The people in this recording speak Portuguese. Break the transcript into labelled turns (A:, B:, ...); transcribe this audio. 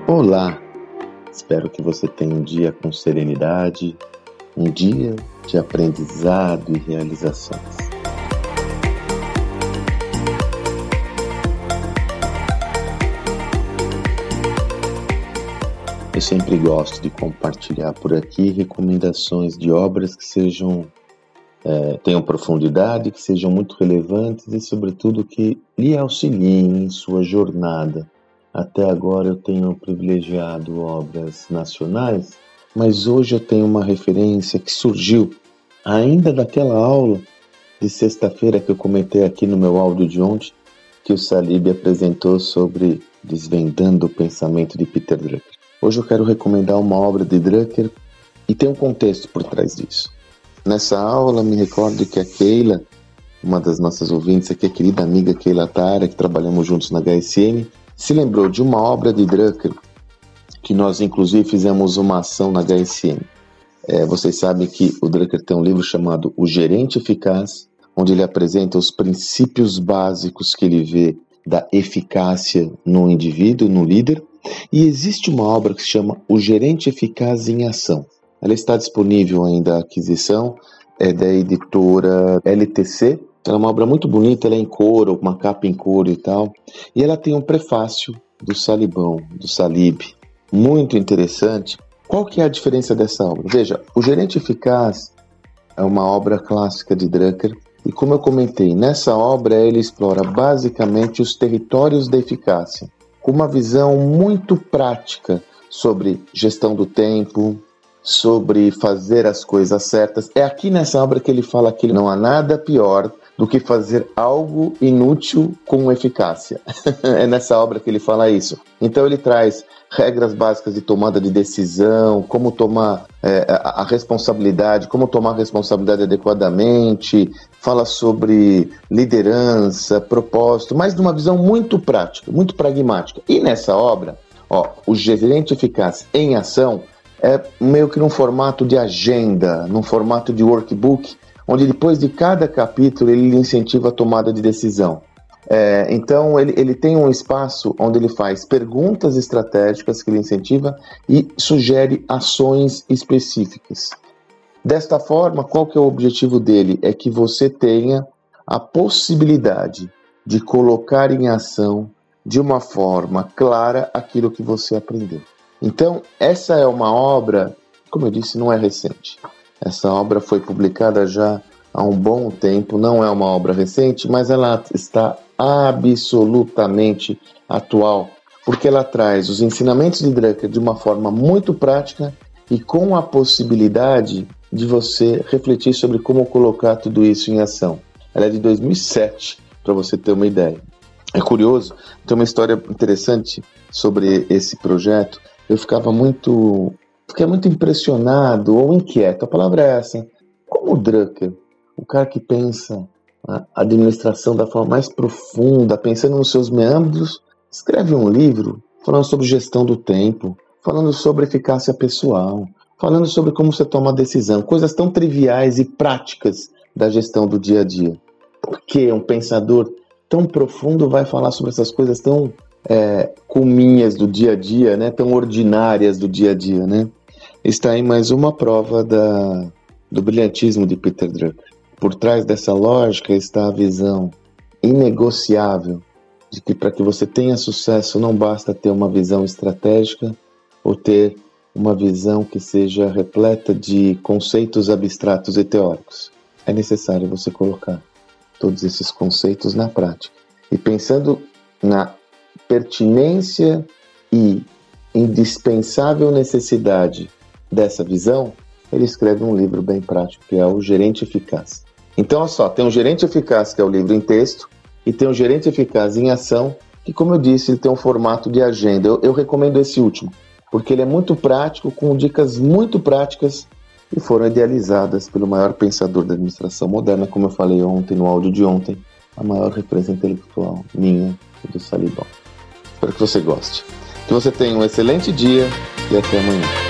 A: Olá, espero que você tenha um dia com serenidade, um dia de aprendizado e realizações. Eu sempre gosto de compartilhar por aqui recomendações de obras que tenham profundidade, que sejam muito relevantes e, sobretudo, que lhe auxiliem em sua jornada. Até agora eu tenho privilegiado obras nacionais, mas hoje eu tenho uma referência que surgiu ainda daquela aula de sexta-feira que eu comentei aqui no meu áudio de ontem, que o Salib apresentou sobre Desvendando o Pensamento de Peter Drucker. Hoje eu quero recomendar uma obra de Drucker e tem um contexto por trás disso. Nessa aula me recordo que a Keila, uma das nossas ouvintes aqui, a querida amiga Keila Tara, que trabalhamos juntos na HSM, se lembrou de uma obra de Drucker que nós inclusive fizemos uma ação na HSM. Vocês sabem que o Drucker tem um livro chamado O Gerente Eficaz, onde ele apresenta os princípios básicos que ele vê da eficácia no indivíduo, no líder, e existe uma obra que se chama O Gerente Eficaz em Ação. Ela está disponível ainda à aquisição, é da editora LTC. Ela é uma obra muito bonita, ela é em couro, uma capa em couro e tal. E ela tem um prefácio do Salib, muito interessante. Qual que é a diferença dessa obra? Veja, O Gerente Eficaz é uma obra clássica de Drucker. E como eu comentei, nessa obra ele explora basicamente os territórios da eficácia, com uma visão muito prática sobre gestão do tempo, sobre fazer as coisas certas. É aqui nessa obra que ele fala que não há nada pior do que fazer algo inútil com eficácia. É nessa obra que ele fala isso. Então ele traz regras básicas de tomada de decisão, como tomar a responsabilidade, como tomar a responsabilidade adequadamente, fala sobre liderança, propósito, mas de uma visão muito prática, muito pragmática. E nessa obra, o Gerente Eficaz em Ação é meio que num formato de agenda, num formato de workbook, onde depois de cada capítulo ele incentiva a tomada de decisão. Então ele tem um espaço onde ele faz perguntas estratégicas que ele incentiva e sugere ações específicas. Desta forma, qual que é o objetivo dele? É que você tenha a possibilidade de colocar em ação de uma forma clara aquilo que você aprendeu. Então, essa é uma obra, como eu disse, não é recente. Essa obra foi publicada já há um bom tempo, não é uma obra recente, mas ela está absolutamente atual, porque ela traz os ensinamentos de Drucker de uma forma muito prática e com a possibilidade de você refletir sobre como colocar tudo isso em ação. Ela é de 2007, para você ter uma ideia. É curioso, tem uma história interessante sobre esse projeto. Eu fiquei muito impressionado ou inquieto, a palavra é essa. Como o Drucker, o cara que pensa a administração da forma mais profunda, pensando nos seus meandros, escreve um livro falando sobre gestão do tempo, falando sobre eficácia pessoal, falando sobre como você toma a decisão, coisas tão triviais e práticas da gestão do dia a dia. Por que um pensador tão profundo vai falar sobre essas coisas tão cominhas do dia a dia, né? Tão ordinárias do dia a dia, né? Está aí mais uma prova do brilhantismo de Peter Drucker. Por trás dessa lógica está a visão inegociável de que para que você tenha sucesso não basta ter uma visão estratégica ou ter uma visão que seja repleta de conceitos abstratos e teóricos. É necessário você colocar todos esses conceitos na prática. E pensando na pertinência e indispensável necessidade dessa visão, ele escreve um livro bem prático, que é O Gerente Eficaz. Então, olha só, tem um Gerente Eficaz, que é o livro em texto, e tem um Gerente Eficaz em Ação, que, como eu disse, ele tem um formato de agenda. Eu recomendo esse último, porque ele é muito prático, com dicas muito práticas, e foram idealizadas pelo maior pensador da administração moderna, como eu falei ontem, no áudio de ontem, a maior referência intelectual minha e do Salibão. Espero que você goste. Que você tenha um excelente dia e até amanhã.